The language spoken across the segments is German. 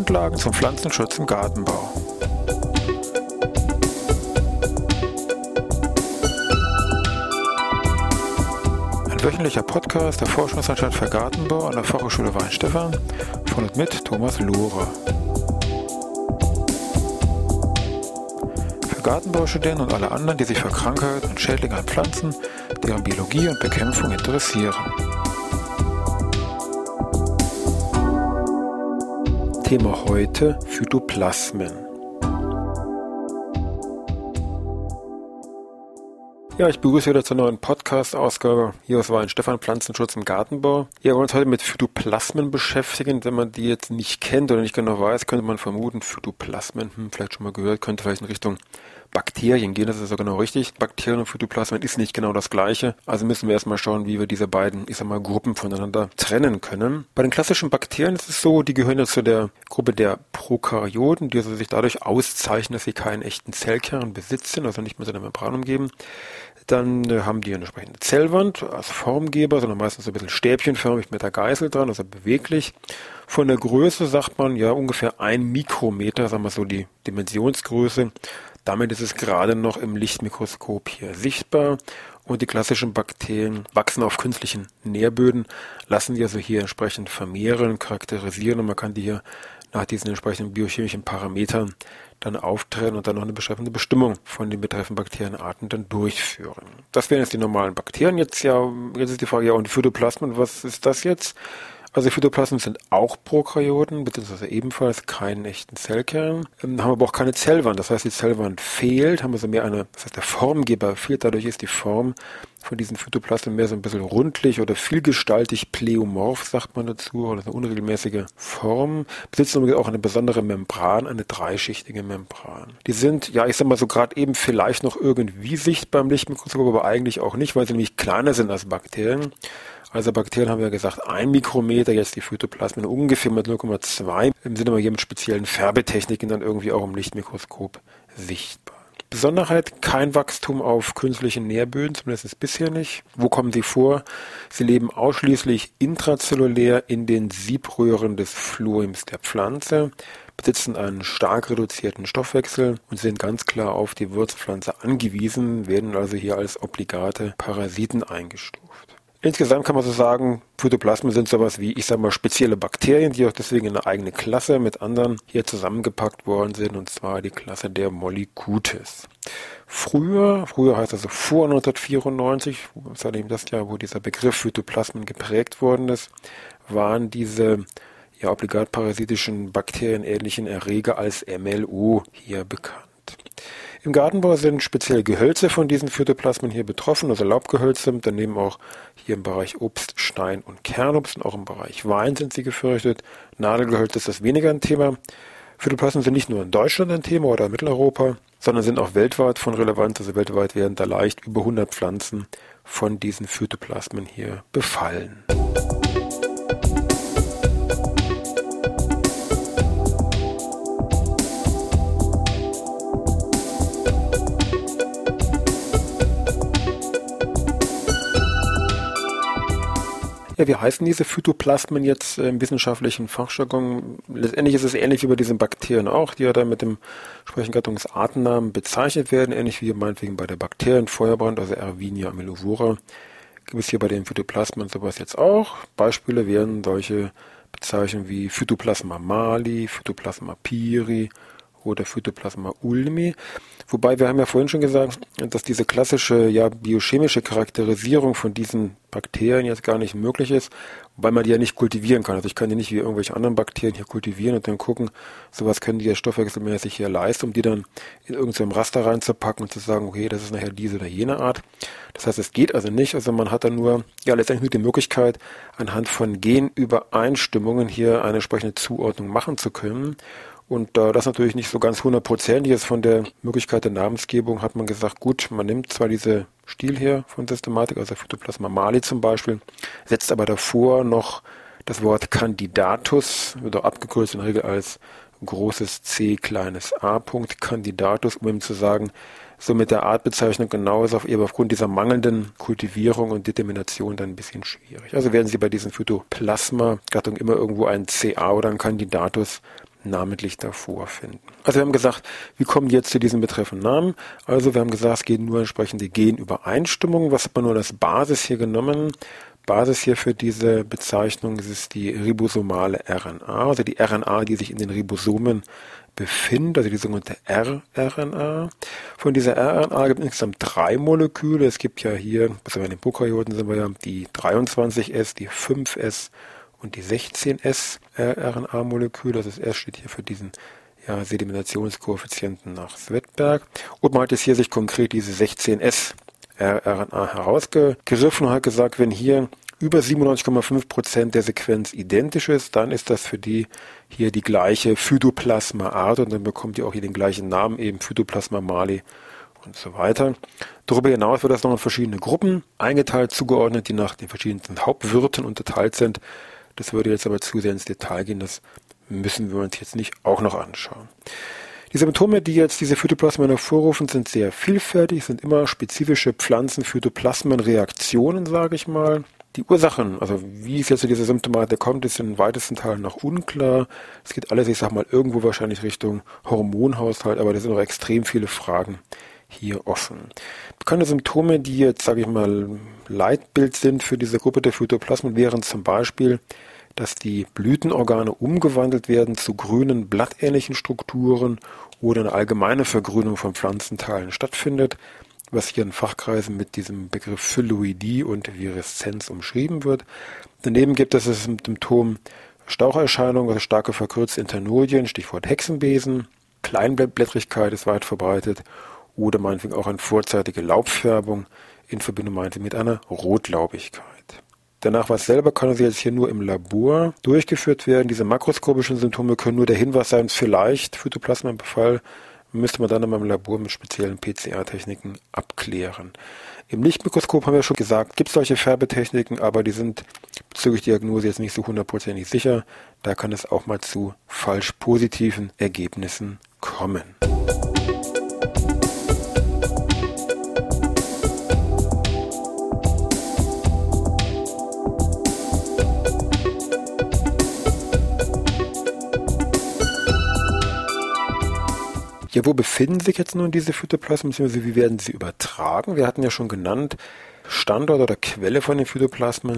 Grundlagen zum Pflanzenschutz im Gartenbau. Ein wöchentlicher Podcast der Forschungsanstalt für Gartenbau an der Fachhochschule Weihenstephan von und mit Thomas Lohrer. Für Gartenbaustudenten und alle anderen, die sich für Krankheiten und Schädlinge an Pflanzen, deren Biologie und Bekämpfung interessieren. Thema heute: Phytoplasmen. Ja, ich begrüße wieder zur neuen Podcast-Ausgabe hier aus Weihenstephan, Pflanzenschutz im Gartenbau. Ja, wir wollen uns heute mit Phytoplasmen beschäftigen. Wenn man die jetzt nicht kennt oder nicht genau weiß, könnte man vermuten, Phytoplasmen, vielleicht schon mal gehört, könnte vielleicht in Richtung Bakterien gehen. Das ist so genau richtig. Bakterien und Phytoplasmen ist nicht genau das Gleiche. Also müssen wir erstmal schauen, wie wir diese beiden, Gruppen voneinander trennen können. Bei den klassischen Bakterien ist es so, die gehören ja zu der Gruppe der Prokaryoten, die also sich dadurch auszeichnen, dass sie keinen echten Zellkern besitzen, also nicht mit einer Membran umgeben. Dann haben die eine entsprechende Zellwand als Formgeber, sondern meistens so ein bisschen stäbchenförmig mit der Geißel dran, also beweglich. Von der Größe sagt man ja ungefähr 1 Mikrometer, sagen wir so die Dimensionsgröße. Damit ist es gerade noch im Lichtmikroskop hier sichtbar. Und die klassischen Bakterien wachsen auf künstlichen Nährböden, lassen die also hier entsprechend vermehren, charakterisieren und man kann die hier nach diesen entsprechenden biochemischen Parametern dann auftrennen und dann noch eine betreffende Bestimmung von den betreffenden Bakterienarten dann durchführen. Das wären jetzt die normalen Bakterien. Jetzt ist die Frage, und Phytoplasmen, was ist das jetzt? Also Phytoplasmen sind auch Prokaryoten, beziehungsweise ebenfalls keinen echten Zellkern, haben aber auch keine Zellwand. Das heißt, die Zellwand fehlt, haben also mehr der Formgeber fehlt. Dadurch ist die Form von diesen Phytoplasmen mehr so ein bisschen rundlich oder vielgestaltig pleomorph, sagt man dazu, oder eine unregelmäßige Form. Besitzen übrigens auch eine besondere Membran, eine dreischichtige Membran. Die sind, so gerade eben vielleicht noch irgendwie sichtbar im Lichtmikroskop, aber eigentlich auch nicht, weil sie nämlich kleiner sind als Bakterien. Also Bakterien haben wir ja gesagt 1 Mikrometer, jetzt die Phytoplasmen ungefähr mit 0,2. Sind aber hier mit speziellen Färbetechniken dann irgendwie auch im Lichtmikroskop sichtbar. Besonderheit: kein Wachstum auf künstlichen Nährböden, zumindest bisher nicht. Wo kommen sie vor? Sie leben ausschließlich intrazellulär in den Siebröhren des Phloems der Pflanze, besitzen einen stark reduzierten Stoffwechsel und sind ganz klar auf die Wirtspflanze angewiesen, werden also hier als obligate Parasiten eingestuft. Insgesamt kann man so sagen, Phytoplasmen sind sowas wie, spezielle Bakterien, die auch deswegen in eine eigene Klasse mit anderen hier zusammengepackt worden sind, und zwar die Klasse der Mollicutes. Früher heißt also vor 1994, das war eben das Jahr, wo dieser Begriff Phytoplasmen geprägt worden ist, waren diese obligat parasitischen bakterienähnlichen Erreger als MLO hier bekannt. Im Gartenbau sind speziell Gehölze von diesen Phytoplasmen hier betroffen, also Laubgehölze, daneben auch hier im Bereich Obst, Stein und Kernobst und auch im Bereich Wein sind sie gefürchtet. Nadelgehölze ist das weniger ein Thema. Phytoplasmen sind nicht nur in Deutschland ein Thema oder in Mitteleuropa, sondern sind auch weltweit von Relevanz, also weltweit werden da leicht über 100 Pflanzen von diesen Phytoplasmen hier befallen. Ja, wie heißen diese Phytoplasmen jetzt im wissenschaftlichen Fachjargon? Letztendlich ist es ähnlich wie bei diesen Bakterien auch, die ja dann mit dem entsprechenden Gattungsartennamen bezeichnet werden, ähnlich wie meinetwegen bei der Bakterienfeuerbrand, also Erwinia amylovora. Gibt es hier bei den Phytoplasmen sowas jetzt auch. Beispiele wären solche Bezeichnungen wie Phytoplasma mali, Phytoplasma piri oder Phytoplasma ulmi. Wobei wir haben ja vorhin schon gesagt, dass diese klassische biochemische Charakterisierung von diesen Bakterien jetzt gar nicht möglich ist, weil man die ja nicht kultivieren kann. Also ich kann die nicht wie irgendwelche anderen Bakterien hier kultivieren und dann gucken, sowas können die ja stoffwechselmäßig hier leisten, um die dann in irgendeinem Raster reinzupacken und zu sagen, okay, das ist nachher diese oder jene Art. Das heißt, es geht also nicht. Also man hat dann letztendlich nur die Möglichkeit, anhand von Genübereinstimmungen hier eine entsprechende Zuordnung machen zu können. Und da das natürlich nicht so ganz 100% ist von der Möglichkeit der Namensgebung, hat man gesagt, gut, man nimmt zwar diese Stil hier von Systematik, also Phytoplasma mali zum Beispiel, setzt aber davor noch das Wort Candidatus, wird auch abgekürzt in der Regel als großes C, kleines a, Candidatus, um eben zu sagen, so mit der Artbezeichnung genau ist eben aufgrund dieser mangelnden Kultivierung und Determination dann ein bisschen schwierig. Also werden Sie bei diesen Phytoplasma-Gattungen immer irgendwo ein CA oder ein Candidatus namentlich davor finden. Also wir haben gesagt, wie kommen die jetzt zu diesem betreffenden Namen? Also wir haben gesagt, es geht nur entsprechende Genübereinstimmung. Was hat man nur als Basis hier genommen? Basis hier für diese Bezeichnung ist die ribosomale RNA, also die RNA, die sich in den Ribosomen befindet, also die sogenannte rRNA. Von dieser rRNA gibt es insgesamt 3 Moleküle. Es gibt ja hier, also bei den Prokaryoten sind wir ja die 23S, die 5S und die 16S rRNA-Moleküle. Also das S steht hier für diesen Sedimentationskoeffizienten nach Svedberg. Und man hat jetzt hier sich konkret diese 16S rRNA herausgegriffen und hat gesagt, wenn hier über 97,5% der Sequenz identisch ist, dann ist das für die hier die gleiche Phytoplasma-Art und dann bekommt ihr auch hier den gleichen Namen, eben Phytoplasma mali und so weiter. Darüber hinaus wird das noch in verschiedene Gruppen eingeteilt, zugeordnet, die nach den verschiedenen Hauptwirten unterteilt sind. Das würde jetzt aber zu sehr ins Detail gehen, das müssen wir uns jetzt nicht auch noch anschauen. Die Symptome, die jetzt diese Phytoplasmen hervorrufen, sind sehr vielfältig, sind immer spezifische Pflanzen-Phytoplasmenreaktionen, sage ich mal. Die Ursachen, also wie es jetzt zu dieser Symptomatik kommt, ist in weitesten Teilen noch unklar. Es geht alles, ich sag mal, irgendwo wahrscheinlich Richtung Hormonhaushalt, aber da sind noch extrem viele Fragen hier offen. Bekannte Symptome, die jetzt, sage ich mal, Leitbild sind für diese Gruppe der Phytoplasmen, wären zum Beispiel, dass die Blütenorgane umgewandelt werden zu grünen, blattähnlichen Strukturen oder eine allgemeine Vergrünung von Pflanzenteilen stattfindet, was hier in Fachkreisen mit diesem Begriff Phylloidie und Vireszenz umschrieben wird. Daneben gibt es das Symptom Staucherscheinung, also starke verkürzte Internodien, Stichwort Hexenbesen. Kleinblättrigkeit ist weit verbreitet oder meinetwegen auch eine vorzeitige Laubfärbung in Verbindung mit einer Rotlaubigkeit. Der Nachweis selber kann also jetzt hier nur im Labor durchgeführt werden. Diese makroskopischen Symptome können nur der Hinweis sein, vielleicht Phytoplasmenbefall, müsste man dann in meinem Labor mit speziellen PCR-Techniken abklären. Im Lichtmikroskop haben wir schon gesagt, gibt es solche Färbetechniken, aber die sind bezüglich Diagnose jetzt nicht so 100% sicher. Da kann es auch mal zu falsch positiven Ergebnissen kommen. Ja, wo befinden sich jetzt nun diese Phytoplasmen, beziehungsweise wie werden sie übertragen? Wir hatten ja schon genannt, Standort oder Quelle von den Phytoplasmen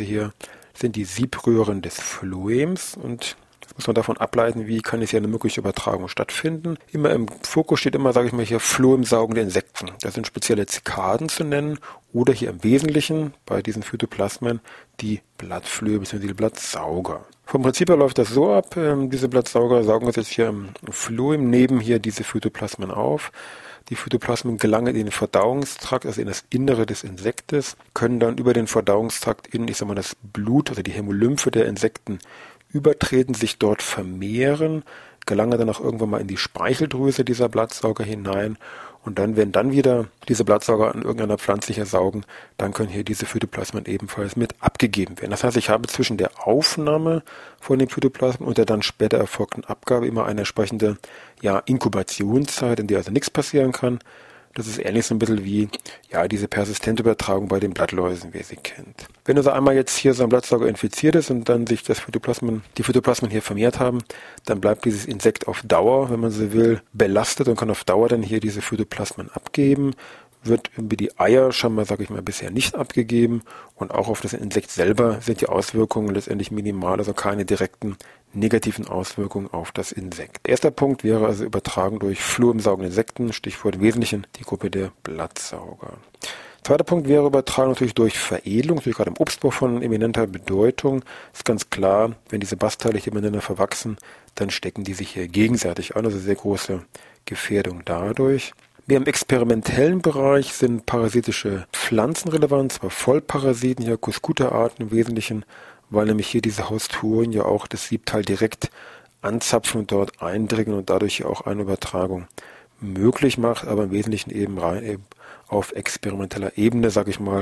sind die Siebröhren des Phloems und das muss man davon ableiten, wie kann es hier eine mögliche Übertragung stattfinden. Immer im Fokus steht immer, sage ich mal hier, phloemsaugende Insekten. Das sind spezielle Zikaden zu nennen oder hier im Wesentlichen bei diesen Phytoplasmen die Blattflöhe bzw. die Blattsauger. Vom Prinzip her läuft das so ab, diese Blattsauger saugen uns jetzt hier im Phloem neben hier diese Phytoplasmen auf. Die Phytoplasmen gelangen in den Verdauungstrakt, also in das Innere des Insektes, können dann über den Verdauungstrakt in, das Blut, also die Hämolymphe der Insekten übertreten, sich dort vermehren, gelangen dann auch irgendwann mal in die Speicheldrüse dieser Blattsauger hinein und dann, wenn dann wieder diese Blattsauger an irgendeiner Pflanze hier saugen, dann können hier diese Phytoplasmen ebenfalls mit abgegeben werden. Das heißt, ich habe zwischen der Aufnahme von den Phytoplasmen und der dann später erfolgten Abgabe immer eine entsprechende Inkubationszeit, in der also nichts passieren kann. Das ist ähnlich so ein bisschen wie diese persistente Übertragung bei den Blattläusen, wer sie kennt. Wenn also einmal jetzt hier so ein Blattsauger infiziert ist und dann sich die Phytoplasmen hier vermehrt haben, dann bleibt dieses Insekt auf Dauer, wenn man so will, belastet und kann auf Dauer dann hier diese Phytoplasmen abgeben. Wird über die Eier schon mal, bisher nicht abgegeben und auch auf das Insekt selber sind die Auswirkungen letztendlich minimal, also keine direkten negativen Auswirkungen auf das Insekt. Erster Punkt wäre also Übertragung durch phloemsaugende Insekten, Stichwort im Wesentlichen die Gruppe der Blattsauger. Zweiter Punkt wäre Übertragung natürlich durch Veredelung, natürlich gerade im Obstbau von eminenter Bedeutung. Ist ganz klar, wenn diese Bastteile hier miteinander verwachsen, dann stecken die sich hier gegenseitig an, also sehr große Gefährdung dadurch. Mehr im experimentellen Bereich sind parasitische Pflanzen relevant, zwar Vollparasiten, hier Cuscuta-Arten im Wesentlichen, weil nämlich hier diese Haustoren ja auch das Siebteil direkt anzapfen und dort eindringen und dadurch ja auch eine Übertragung möglich macht, aber im Wesentlichen eben rein auf experimenteller Ebene,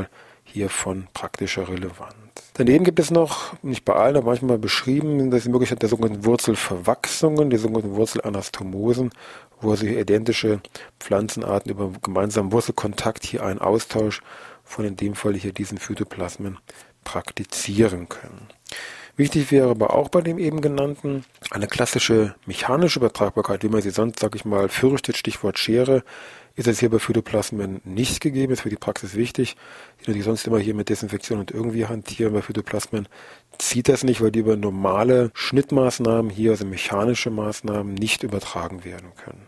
hier von praktischer Relevanz. Daneben gibt es noch, nicht bei allen, aber manchmal beschrieben, dass die Möglichkeit der sogenannten Wurzelverwachsungen, die sogenannten Wurzelanastomosen, wo also identische Pflanzenarten über gemeinsamen Wurzelkontakt hier einen Austausch von in dem Fall hier diesen Phytoplasmen praktizieren können. Wichtig wäre aber auch bei dem eben genannten eine klassische mechanische Übertragbarkeit, wie man sie sonst, sag ich mal, fürchtet, Stichwort Schere, ist es hier bei Phytoplasmen nicht gegeben, ist für die Praxis wichtig, die natürlich sonst immer hier mit Desinfektion und irgendwie hantieren. Bei Phytoplasmen zieht das nicht, weil die über normale Schnittmaßnahmen, hier also mechanische Maßnahmen, nicht übertragen werden können.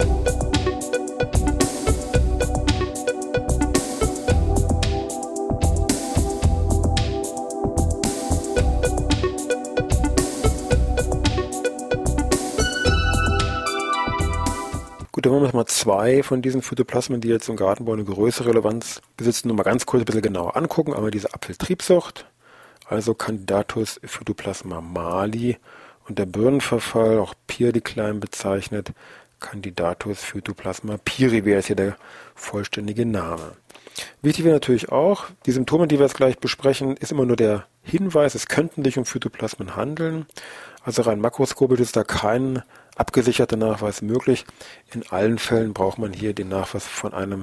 Gut, dann wollen wir uns mal zwei von diesen Phytoplasmen, die jetzt im Gartenbau eine größere Relevanz besitzen, nur mal ganz kurz ein bisschen genauer angucken. Einmal diese Apfeltriebsucht, also Candidatus Phytoplasma mali, und der Birnenverfall, auch Pear Decline bezeichnet, Candidatus Phytoplasma piri wäre jetzt hier der vollständige Name. Wichtig wäre natürlich auch, die Symptome, die wir jetzt gleich besprechen, ist immer nur der Hinweis, es könnten sich um Phytoplasmen handeln. Also rein makroskopisch ist da kein abgesicherter Nachweis möglich. In allen Fällen braucht man hier den Nachweis von einem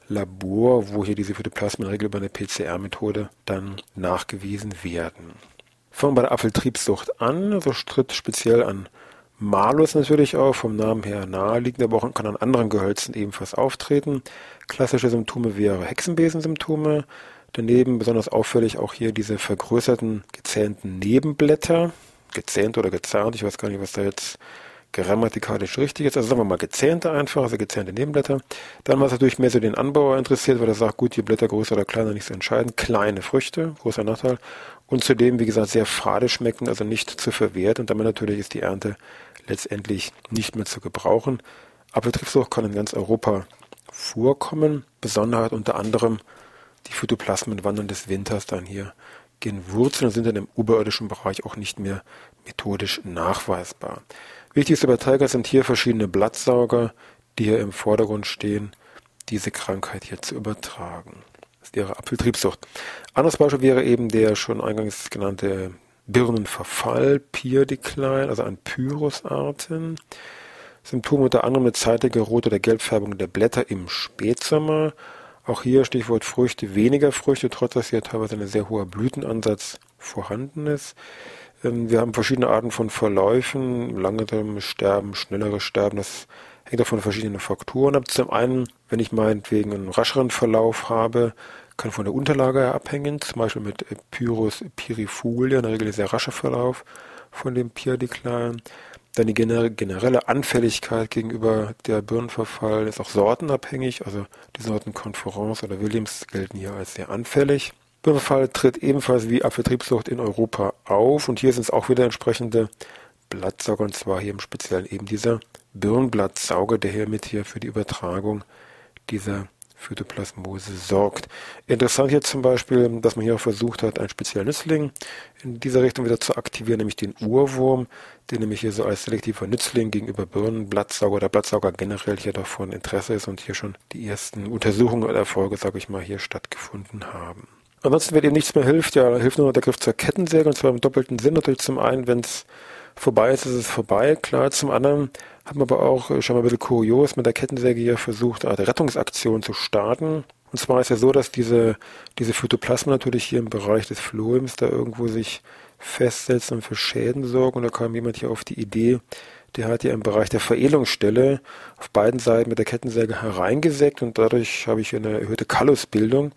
Labor, wo hier diese Phytoplasmen in der Regel über eine PCR-Methode dann nachgewiesen werden. Fangen wir bei der Apfeltriebsucht an, also tritt speziell an Malus natürlich auf, vom Namen her naheliegend, aber auch kann an anderen Gehölzen ebenfalls auftreten. Klassische Symptome wäre Hexenbesensymptome, daneben besonders auffällig auch hier diese vergrößerten, gezähnten Nebenblätter, gezähnt oder gezahnt, ich weiß gar nicht, was da jetzt grammatikalisch richtig ist, also sagen wir mal gezähnte einfach, also gezähnte Nebenblätter. Dann, was natürlich mehr so den Anbauer interessiert, weil er sagt, gut, die Blätter größer oder kleiner, nicht so entscheidend, kleine Früchte, großer Nachteil, und zudem, wie gesagt, sehr fade schmecken, also nicht zu verwerten, und damit natürlich ist die Ernte letztendlich nicht mehr zu gebrauchen. Apfeltriebsucht kann in ganz Europa vorkommen, Besonderheit unter anderem, die Phytoplasmen wandern des Winters dann hier gen Wurzeln und sind dann im oberirdischen Bereich auch nicht mehr methodisch nachweisbar. Wichtigste Überträger sind hier verschiedene Blattsauger, die hier im Vordergrund stehen, diese Krankheit hier zu übertragen. Das ist ihre Apfeltriebsucht. Anderes Beispiel wäre eben der schon eingangs genannte Birnenverfall, Pear Decline, also an Pyrrhusarten. Symptome unter anderem eine zeitige Rot- oder Gelbfärbung der Blätter im Spätsommer. Auch hier Stichwort Früchte, weniger Früchte, trotz dass hier teilweise ein sehr hoher Blütenansatz vorhanden ist. Wir haben verschiedene Arten von Verläufen, langsames Sterben, schnelleres Sterben, das hängt auch von verschiedenen Faktoren ab. Zum einen, wenn ich meinetwegen einen rascheren Verlauf habe, kann von der Unterlage her abhängen, zum Beispiel mit Pyrrhus pirifolia, in der Regel ein sehr rascher Verlauf von dem Pear Decline. Dann die generelle Anfälligkeit gegenüber der Birnenverfall ist auch sortenabhängig, also die Sorten Conference oder Williams gelten hier als sehr anfällig. Birnenverfall tritt ebenfalls wie Apfeltriebsucht in Europa auf, und hier sind es auch wieder entsprechende Blattsauger, und zwar hier im Speziellen eben dieser Birnblattsauger, der hier für die Übertragung dieser Phytoplasmose sorgt. Interessant hier zum Beispiel, dass man hier auch versucht hat, einen speziellen Nützling in dieser Richtung wieder zu aktivieren, nämlich den Urwurm, der nämlich hier so als selektiver Nützling gegenüber Birnenblattsauger oder Blattsauger generell hier davon Interesse ist und hier schon die ersten Untersuchungen oder Erfolge, sage ich mal, hier stattgefunden haben. Ansonsten, wenn eben nichts mehr hilft, hilft nur noch der Griff zur Kettensäge, und zwar im doppelten Sinn natürlich. Zum einen, wenn es vorbei ist es vorbei, klar. Zum anderen haben wir aber auch, schon mal ein bisschen kurios, mit der Kettensäge hier versucht, eine Art Rettungsaktion zu starten. Und zwar ist ja so, dass diese Phytoplasmen natürlich hier im Bereich des Phloems da irgendwo sich festsetzen und für Schäden sorgen. Und da kam jemand hier auf die Idee, der hat ja im Bereich der Veredelungsstelle auf beiden Seiten mit der Kettensäge hereingesägt, und dadurch habe ich hier eine erhöhte Kallusbildung.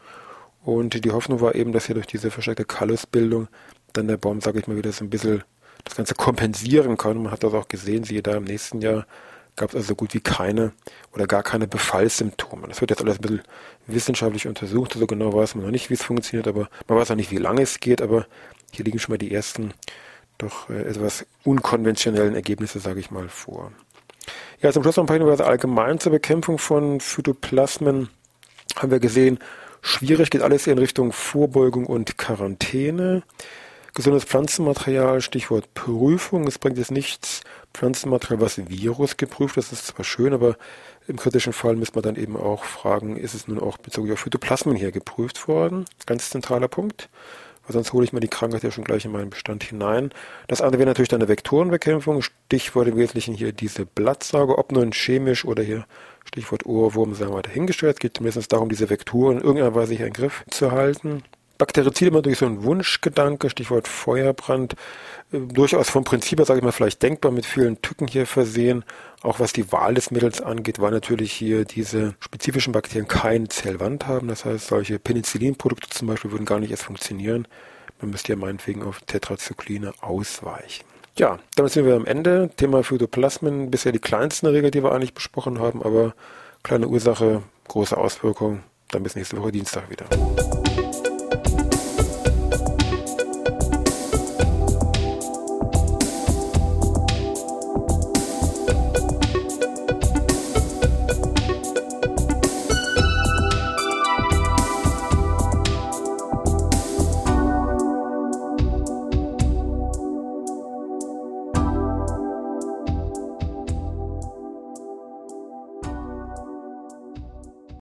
Und die Hoffnung war eben, dass hier durch diese verstärkte Kallusbildung dann der Baum, sage ich mal, wieder so ein bisschen das Ganze kompensieren kann. Man hat das auch gesehen, siehe da, im nächsten Jahr gab es also so gut wie keine oder gar keine Befallsymptome. Das wird jetzt alles ein bisschen wissenschaftlich untersucht, so genau weiß man noch nicht, wie es funktioniert, aber man weiß auch nicht, wie lange es geht, aber hier liegen schon mal die ersten doch etwas unkonventionellen Ergebnisse, sage ich mal, vor. Ja, zum Schluss noch ein paar Hinweise allgemein zur Bekämpfung von Phytoplasmen. Haben wir gesehen, schwierig geht alles in Richtung Vorbeugung und Quarantäne. Gesundes Pflanzenmaterial, Stichwort Prüfung. Es bringt jetzt nichts, Pflanzenmaterial, was Virus geprüft, das ist zwar schön, aber im kritischen Fall müsste man dann eben auch fragen, ist es nun auch bezogen auf Phytoplasmen hier geprüft worden? Ganz zentraler Punkt, weil sonst hole ich mir die Krankheit ja schon gleich in meinen Bestand hinein. Das andere wäre natürlich dann eine Vektorenbekämpfung, Stichwort im Wesentlichen hier diese Blattsauger, ob nun chemisch oder hier Stichwort Ohrwurm, sagen wir dahingestellt. Es geht zumindest darum, diese Vektoren in irgendeiner Weise hier in den Griff zu halten. Bakterizid immer durch so einen Wunschgedanke, Stichwort Feuerbrand, durchaus vom Prinzip her, sage ich mal, vielleicht denkbar, mit vielen Tücken hier versehen. Auch was die Wahl des Mittels angeht, weil natürlich hier diese spezifischen Bakterien keine Zellwand haben. Das heißt, solche Penicillinprodukte zum Beispiel würden gar nicht erst funktionieren. Man müsste ja meinetwegen auf Tetrazykline ausweichen. Ja, damit sind wir am Ende. Thema Phytoplasmen, bisher die kleinsten Erreger, die wir eigentlich besprochen haben, aber kleine Ursache, große Auswirkung. Dann bis nächste Woche Dienstag wieder.